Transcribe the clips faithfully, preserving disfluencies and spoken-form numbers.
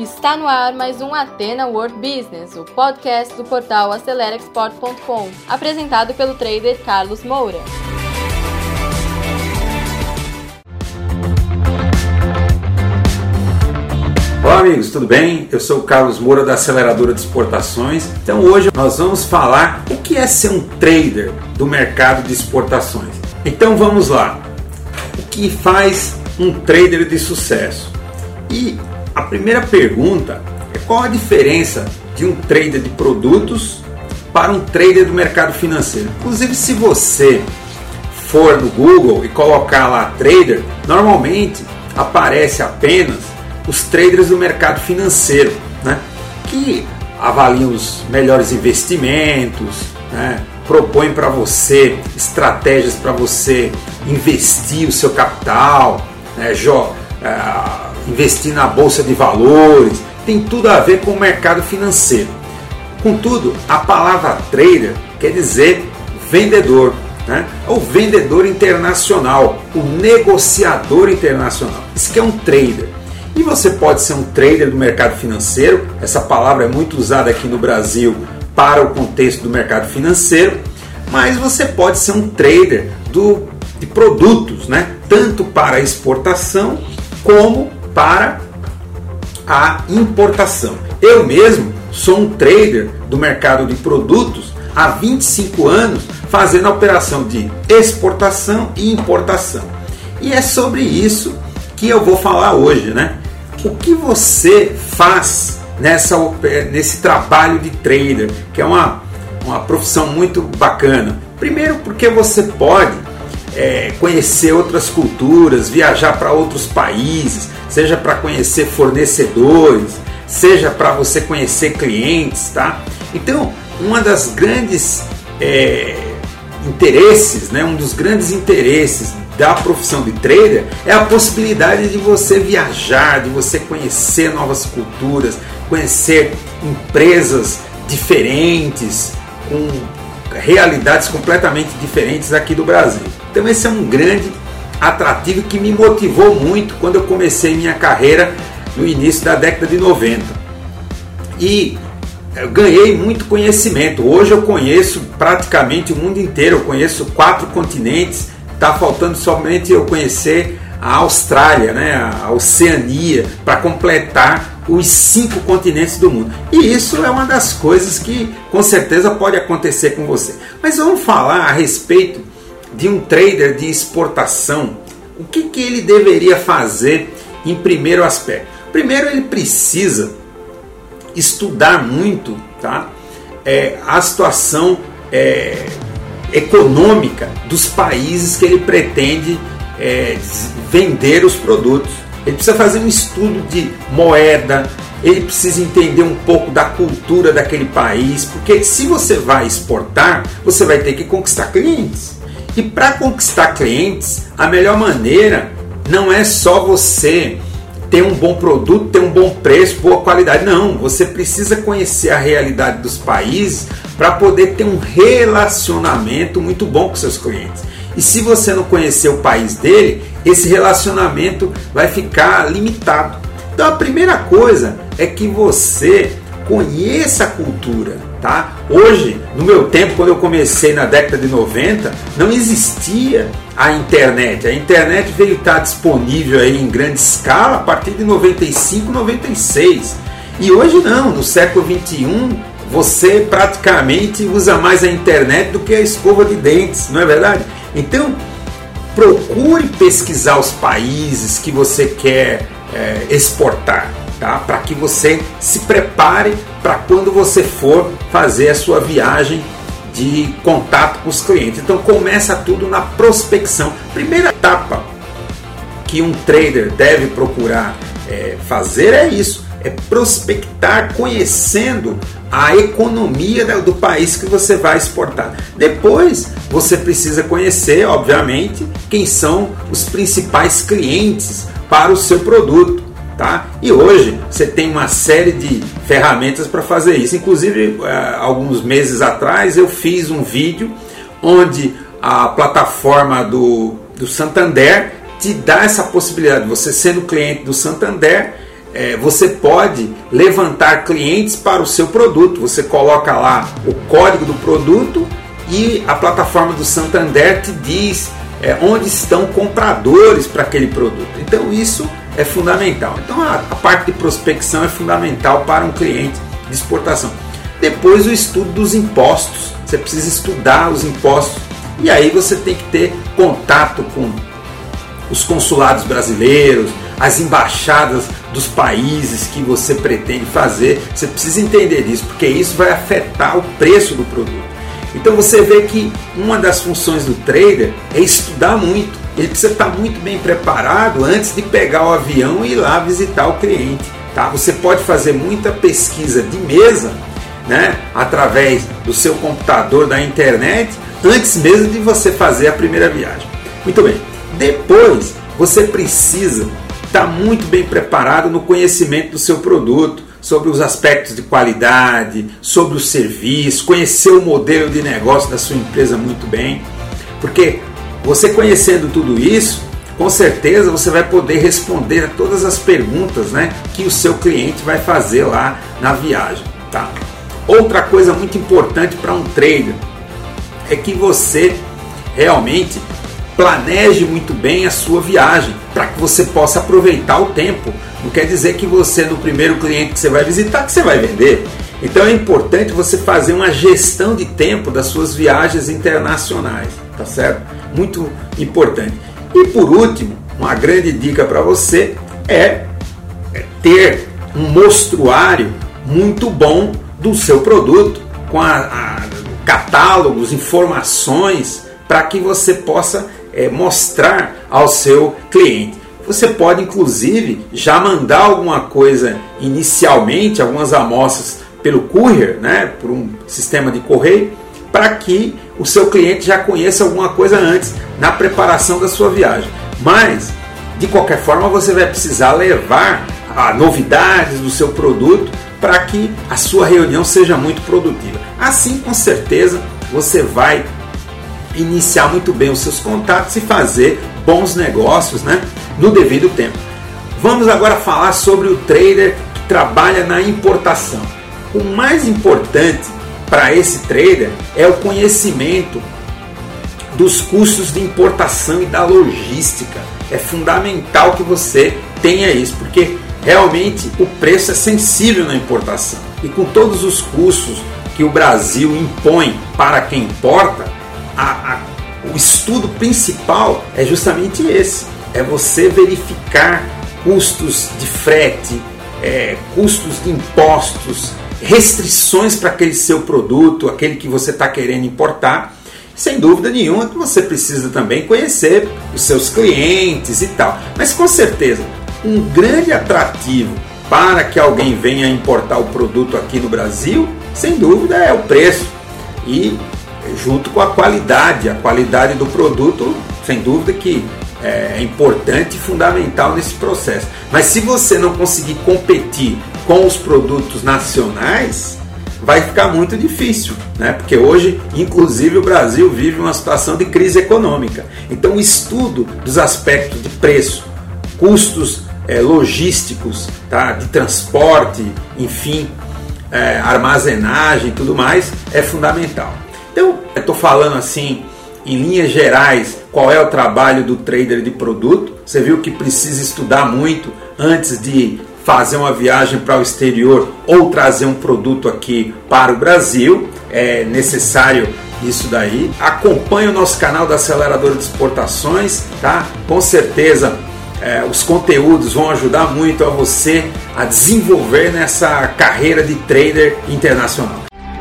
Está no ar mais um Athena World Business, o podcast do portal acelera export ponto com, apresentado pelo trader Carlos Moura. Olá amigos, tudo bem? Eu sou o Carlos Moura da Aceleradora de Exportações. Então hoje nós vamos falar o que é ser um trader do mercado de exportações. Então vamos lá. O que faz um trader de sucesso? E a primeira pergunta é qual a diferença de um trader de produtos para um trader do mercado financeiro. Inclusive, se você for no Google e colocar lá trader, normalmente aparece apenas os traders do mercado financeiro, né, que avaliam os melhores investimentos, né, propõem para você estratégias para você investir o seu capital, né, jo, uh, investir na bolsa de valores, tem tudo a ver com o mercado financeiro. Contudo, a palavra trader quer dizer vendedor, né? O vendedor internacional, o negociador internacional. Isso que é um trader. E você pode ser um trader do mercado financeiro, essa palavra é muito usada aqui no Brasil para o contexto do mercado financeiro, mas você pode ser um trader do, de produtos, né? Tanto para a exportação como para a importação. Eu mesmo sou um trader do mercado de produtos há vinte e cinco anos, fazendo a operação de exportação e importação. E é sobre isso que eu vou falar hoje, né? O que você faz nessa, nesse trabalho de trader, que é uma, uma profissão muito bacana. Primeiro porque você pode é, conhecer outras culturas, viajar para outros países, seja para conhecer fornecedores, seja para você conhecer clientes, tá? Então, uma das grandes é, interesses, né, um dos grandes interesses da profissão de trader é a possibilidade de você viajar, de você conhecer novas culturas, conhecer empresas diferentes, com realidades completamente diferentes aqui do Brasil. Então esse é um grande atrativo que me motivou muito quando eu comecei minha carreira no início da década de noventa. E eu ganhei muito conhecimento. Hoje eu conheço praticamente o mundo inteiro, eu conheço quatro continentes. Está faltando somente eu conhecer a Austrália, né, a Oceania, para completar os cinco continentes do mundo. E isso é uma das coisas que com certeza pode acontecer com você. Mas vamos falar a respeito de um trader de exportação. O que, que ele deveria fazer em primeiro aspecto? Primeiro, ele precisa estudar muito, tá? É, a situação é, econômica dos países que ele pretende é, vender os produtos. Ele precisa fazer um estudo de moeda, ele precisa entender um pouco da cultura daquele país, porque se você vai exportar, você vai ter que conquistar clientes. E para conquistar clientes, a melhor maneira não é só você ter um bom produto, ter um bom preço, boa qualidade. Não, você precisa conhecer a realidade dos países para poder ter um relacionamento muito bom com seus clientes. E se você não conhecer o país dele, esse relacionamento vai ficar limitado. Então a primeira coisa é que você conheça a cultura, tá? Hoje, no meu tempo, quando eu comecei na década de noventa, não existia a internet. A internet veio estar disponível aí em grande escala a partir de noventa e cinco, noventa e seis. E hoje não, no século vinte e um, você praticamente usa mais a internet do que a escova de dentes, não é verdade? Então, procure pesquisar os países que você quer é, exportar, tá? Para que você se prepare para quando você for fazer a sua viagem de contato com os clientes. Então começa tudo na prospecção. Primeira etapa que um trader deve procurar é, fazer é isso, é prospectar conhecendo a economia do país que você vai exportar. Depois você precisa conhecer, obviamente, quem são os principais clientes para o seu produto. Tá? E hoje você tem uma série de ferramentas para fazer isso. Inclusive, alguns meses atrás eu fiz um vídeo onde a plataforma do, do Santander te dá essa possibilidade. Você sendo cliente do Santander, é, você pode levantar clientes para o seu produto. Você coloca lá o código do produto e a plataforma do Santander te diz é, onde estão compradores para aquele produto. Então isso é fundamental. Então a, a parte de prospecção é fundamental para um cliente de exportação. Depois o estudo dos impostos. Você precisa estudar os impostos e aí você tem que ter contato com os consulados brasileiros, as embaixadas dos países que você pretende fazer. Você precisa entender disso, porque isso vai afetar o preço do produto. Então você vê que uma das funções do trader é estudar muito. Ele precisa estar muito bem preparado antes de pegar o avião e ir lá visitar o cliente. Tá? Você pode fazer muita pesquisa de mesa, né, através do seu computador, da internet, antes mesmo de você fazer a primeira viagem. Muito bem. Depois, você precisa estar muito bem preparado no conhecimento do seu produto, sobre os aspectos de qualidade, sobre o serviço, conhecer o modelo de negócio da sua empresa muito bem, porque você conhecendo tudo isso, com certeza você vai poder responder a todas as perguntas, né, que o seu cliente vai fazer lá na viagem. Tá? Outra coisa muito importante para um trader é que você realmente planeje muito bem a sua viagem, para que você possa aproveitar o tempo. Não quer dizer que você, no primeiro cliente que você vai visitar, que você vai vender. Então é importante você fazer uma gestão de tempo das suas viagens internacionais, tá certo? Muito importante. E por último, uma grande dica para você é ter um mostruário muito bom do seu produto, com a, a, catálogos, informações, para que você possa é, mostrar ao seu cliente. Você pode inclusive já mandar alguma coisa inicialmente, algumas amostras pelo courier, né, por um sistema de correio, para que o seu cliente já conheça alguma coisa antes na preparação da sua viagem. Mas, de qualquer forma, você vai precisar levar a novidades do seu produto para que a sua reunião seja muito produtiva. Assim, com certeza, você vai iniciar muito bem os seus contatos e fazer bons negócios, né, no devido tempo. Vamos agora falar sobre o trader que trabalha na importação. O mais importante para esse trader é o conhecimento dos custos de importação e da logística. É fundamental que você tenha isso, porque realmente o preço é sensível na importação. E com todos os custos que o Brasil impõe para quem importa, a, a, o estudo principal é justamente esse. É você verificar custos de frete, é, custos de impostos, restrições para aquele seu produto, aquele que você está querendo importar. Sem dúvida nenhuma que você precisa também conhecer os seus clientes e tal. Mas com certeza, um grande atrativo para que alguém venha importar o produto aqui no Brasil, sem dúvida, é o preço. E junto com a qualidade, a qualidade do produto, sem dúvida que é importante e fundamental nesse processo. Mas se você não conseguir competir com os produtos nacionais, vai ficar muito difícil, né? Porque hoje, inclusive, o Brasil vive uma situação de crise econômica. Então o estudo dos aspectos de preço, custos é, logísticos, tá? De transporte, enfim, é, armazenagem e tudo mais, é fundamental. Então, eu estou falando assim, em linhas gerais, qual é o trabalho do trader de produto. Você viu que precisa estudar muito antes de fazer uma viagem para o exterior ou trazer um produto aqui para o Brasil. É necessário isso daí. Acompanhe o nosso canal da Aceleradora de Exportações, tá? Com certeza é, os conteúdos vão ajudar muito a você a desenvolver nessa carreira de trader internacional.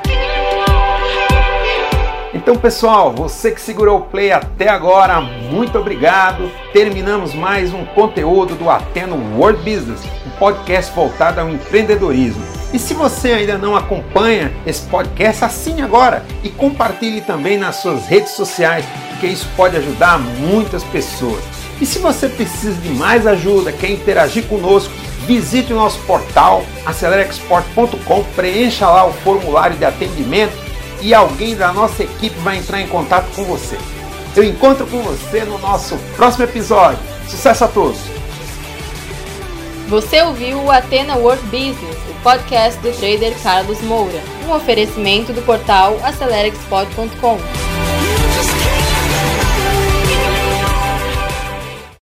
Então, pessoal, você que segurou o play até agora, muito obrigado. Terminamos mais um conteúdo do Athena World Business, um podcast voltado ao empreendedorismo. E se você ainda não acompanha esse podcast, assine agora e compartilhe também nas suas redes sociais, porque isso pode ajudar muitas pessoas. E se você precisa de mais ajuda, quer interagir conosco, visite o nosso portal acelera export ponto com, preencha lá o formulário de atendimento e alguém da nossa equipe vai entrar em contato com você. Eu encontro com você no nosso próximo episódio. Sucesso a todos! Você ouviu o Athena World Business, o podcast do trader Carlos Moura, um oferecimento do portal Acelera Export ponto com.